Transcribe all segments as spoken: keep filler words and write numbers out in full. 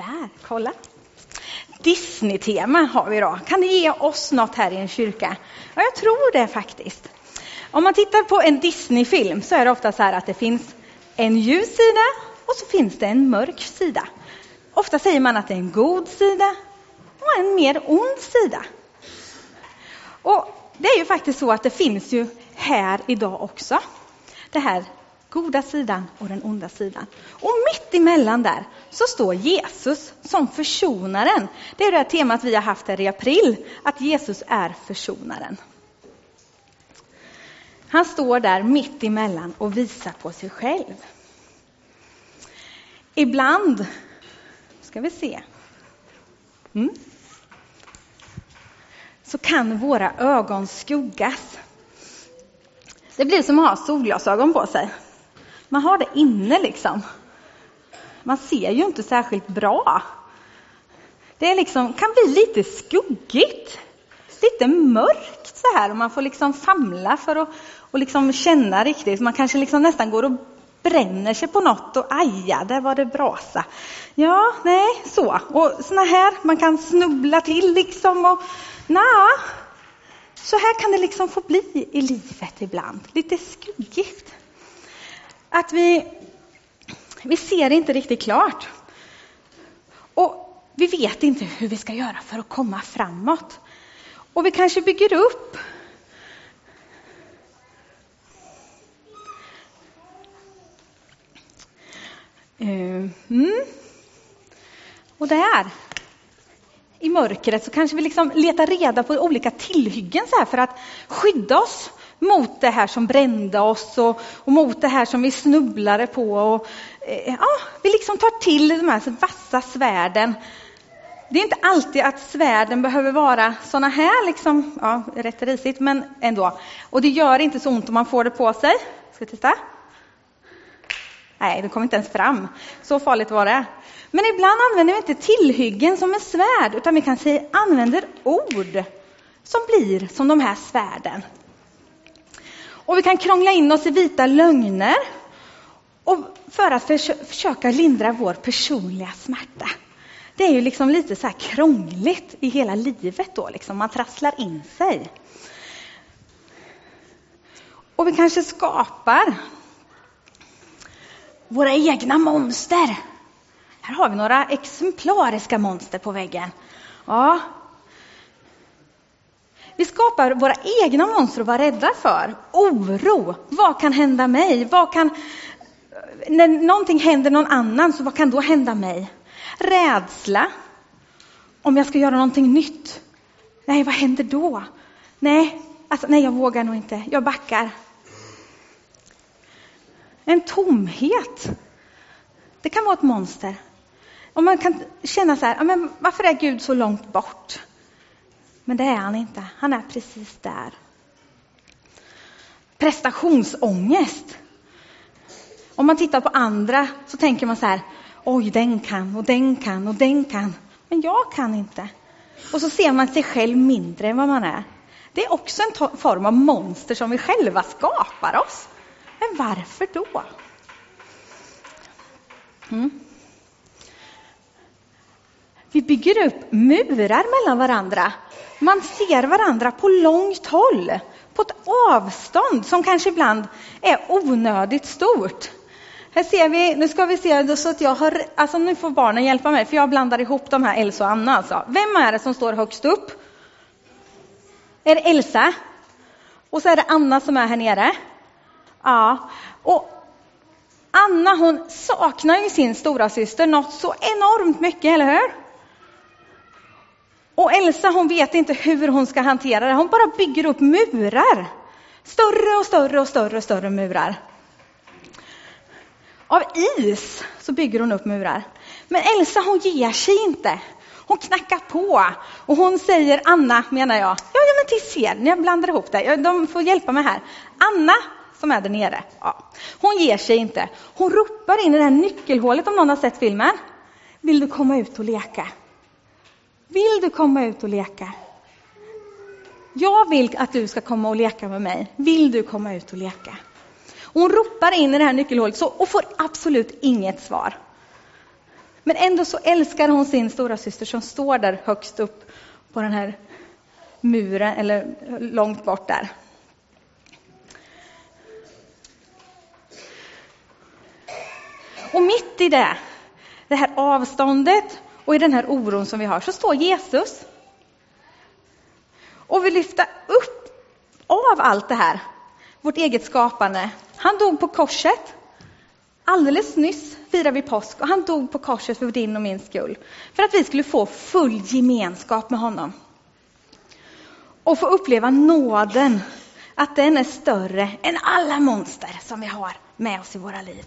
Där, kolla. Disney-tema har vi då. Kan det ge oss något här i en kyrka? Ja, jag tror det faktiskt. Om man tittar på en Disney-film så är det ofta så här att det finns en ljus sida och så finns det en mörk sida. Ofta säger man att det är en god sida och en mer ond sida. Och det är ju faktiskt så att det finns ju här idag också. Det här goda sidan och den onda sidan. Och mitt emellan där så står Jesus som försonaren. Det är det här temat vi har haft här i april. Att Jesus är försonaren. Han står där mitt emellan och visar på sig själv. Ibland ska vi se. Mm. Så kan våra ögon skuggas. Det blir som att ha solglasögon på sig. Man har det inne liksom. Man ser ju inte särskilt bra. Det är liksom, kan bli lite skuggigt. Lite mörkt så här. Och man får liksom famla för att och liksom känna riktigt. Man kanske liksom nästan går och bränner sig på något. Och aja, där var det brasa. Ja, nej, så. Och såna här, man kan snubbla till liksom. Och na, så här kan det liksom få bli i livet ibland. Lite skuggigt. Att vi, vi ser inte riktigt klart. Och vi vet inte hur vi ska göra för att komma framåt. Och vi kanske bygger upp. Mm. Och där i mörkret så kanske vi liksom letar reda på olika tillhyggen så här för att skydda oss mot det här som brände oss och, och mot det här som vi snubblade på. Och, eh, ja, vi liksom tar till de här vassa svärden. Det är inte alltid att svärden behöver vara såna här, liksom, ja, rätt risigt, men ändå. Och det gör inte så ont om man får det på sig. Ska vi titta? Nej, det kommer inte ens fram. Så farligt var det. Men ibland använder vi inte tillhyggen som en svärd, utan vi kan säga använder ord som blir som de här svärden. Och vi kan krångla in oss i vita lögner och för att förs- försöka lindra vår personliga smärta. Det är ju liksom lite så här krångligt i hela livet då, liksom man trasslar in sig. Och vi kanske skapar våra egna monster. Här har vi några exemplariska monster på väggen. Ja. Vi skapar våra egna monster att vara rädda för. Oro. Vad kan hända mig? Vad kan, när någonting händer någon annan, så vad kan då hända mig? Rädsla. Om jag ska göra någonting nytt. Nej, vad händer då? Nej, alltså, nej, jag vågar nog inte. Jag backar. En tomhet. Det kan vara ett monster. Och man kan känna så här, men varför är Gud så långt bort? Men det är han inte. Han är precis där. Prestationsångest. Om man tittar på andra så tänker man så här, oj, den kan och den kan och den kan. Men jag kan inte. Och så ser man sig själv mindre än vad man är. Det är också en to- form av monster som vi själva skapar oss. Men varför då? Mm. Vi bygger upp murar mellan varandra. Man ser varandra på långt håll. På ett avstånd som kanske ibland är onödigt stort. Här ser vi, nu ska vi se så att jag har, alltså nu får barnen hjälpa mig för jag blandar ihop de här Elsa och Anna. Alltså. Vem är det som står högst upp? Är det Elsa? Och så är det Anna som är här nere. Ja, och Anna, hon saknar ju sin stora syster något så enormt mycket, eller hur? Och Elsa, hon vet inte hur hon ska hantera det. Hon bara bygger upp murar. Större och större och större och större murar. Av is så bygger hon upp murar. Men Elsa, hon ger sig inte. Hon knackar på. Och hon säger, Anna menar jag. Ja, ja men till ser, när jag blandar ihop det. De får hjälpa mig här. Anna, som är där nere. Ja. Hon ger sig inte. Hon ropar in i det här nyckelhålet, om någon har sett filmen. Vill du komma ut och leka? Vill du komma ut och leka? Jag vill att du ska komma och leka med mig. Vill du komma ut och leka? Och hon ropar in i det här nyckelhålet så, och får absolut inget svar. Men ändå så älskar hon sin stora syster som står där högst upp på den här muren eller långt bort där. Och mitt i det, det här avståndet och i den här oron som vi har, så står Jesus. Och vi lyfter upp av allt det här, vårt eget skapande. Han dog på korset. Alldeles nyss firar vi påsk och han dog på korset för din och min skull. För att vi skulle få full gemenskap med honom. Och få uppleva nåden, att den är större än alla monster som vi har med oss i våra liv.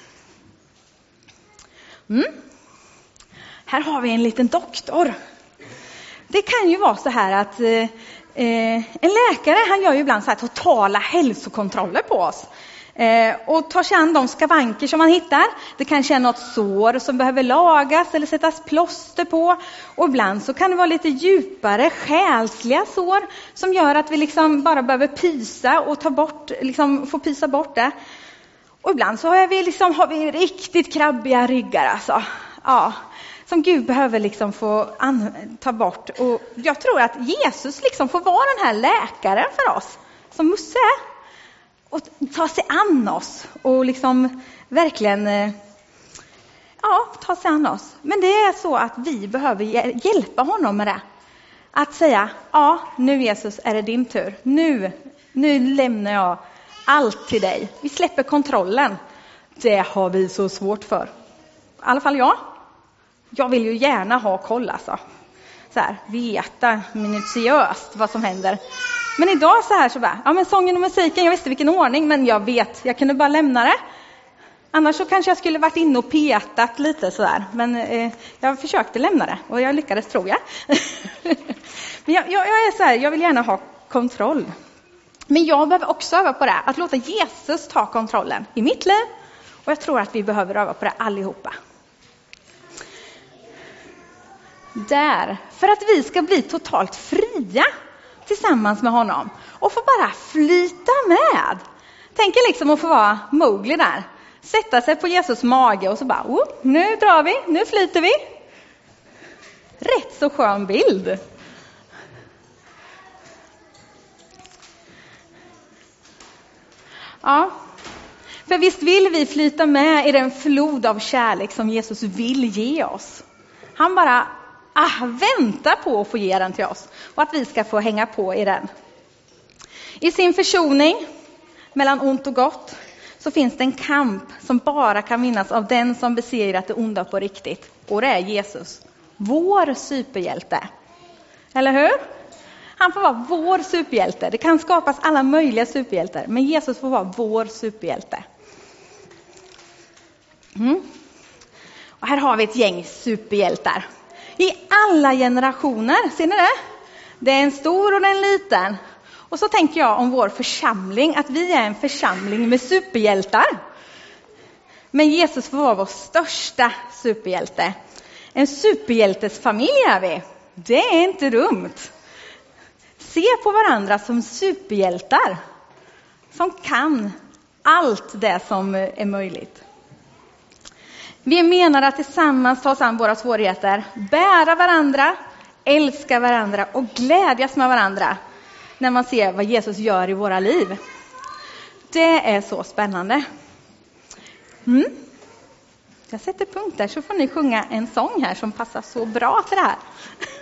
Mm. Här har vi en liten doktor. Det kan ju vara så här att eh, en läkare, han gör ju ibland så här totala hälsokontroller på oss. Eh, och tar sig an de skavanker som man hittar. Det kanske är något sår som behöver lagas eller sättas plåster på. Och ibland så kan det vara lite djupare, själsliga sår som gör att vi liksom bara behöver pysa och ta bort, liksom få pysa bort det. Och ibland så har vi, liksom, har vi riktigt krabbiga ryggar alltså. Ja, som Gud behöver liksom få an- ta bort. Och jag tror att Jesus liksom får vara den här läkaren för oss, som Musse är. Och ta sig an oss och liksom verkligen ja, ta sig an oss. Men det är så att vi behöver hjälpa honom med det. Att säga, ja, nu Jesus är det din tur. Nu, nu lämnar jag allt till dig. Vi släpper kontrollen. Det har vi så svårt för. I alla fall jag. Jag vill ju gärna ha koll alltså. Så här, veta minutiöst vad som händer. Men idag så här så bara, ja men sången och musiken, jag visste vilken ordning, men jag vet, jag kunde bara lämna det. Annars så kanske jag skulle varit inne och petat lite sådär. Men eh, jag försökte lämna det och jag lyckades, tror jag. Men jag, jag, jag är så här, jag vill gärna ha kontroll. Men jag behöver också öva på det, att låta Jesus ta kontrollen i mitt liv. Och jag tror att vi behöver öva på det allihopa. Där, för att vi ska bli totalt fria tillsammans med honom. Och få bara flyta med. Tänk er liksom att få vara Mowgli där. Sätta sig på Jesus mage och så bara, oh, nu drar vi, nu flyter vi. Rätt så skön bild. Ja, för visst vill vi flyta med i den flod av kärlek som Jesus vill ge oss. Han bara ah, väntar på att få ge den till oss och att vi ska få hänga på i den. I sin försoning mellan ont och gott så finns det en kamp som bara kan vinnas av den som besegrat det onda på riktigt. Och det är Jesus, vår superhjälte. Eller hur? Han får vara vår superhjälte. Det kan skapas alla möjliga superhjältar, men Jesus får vara vår superhjälte. Mm. Och här har vi ett gäng superhjältar. I alla generationer, ser ni det? Det är en stor och en liten. Och så tänker jag om vår församling, att vi är en församling med superhjältar. Men Jesus får vara vår största superhjälte. En superhjältesfamilj är vi. Det är inte dumt. Se på varandra som superhjältar. Som kan allt det som är möjligt. Vi menar att tillsammans ta oss an våra svårigheter. Bära varandra, älska varandra och glädjas med varandra. När man ser vad Jesus gör i våra liv. Det är så spännande. Mm. Jag sätter punkt där så får ni sjunga en sång här som passar så bra till det här.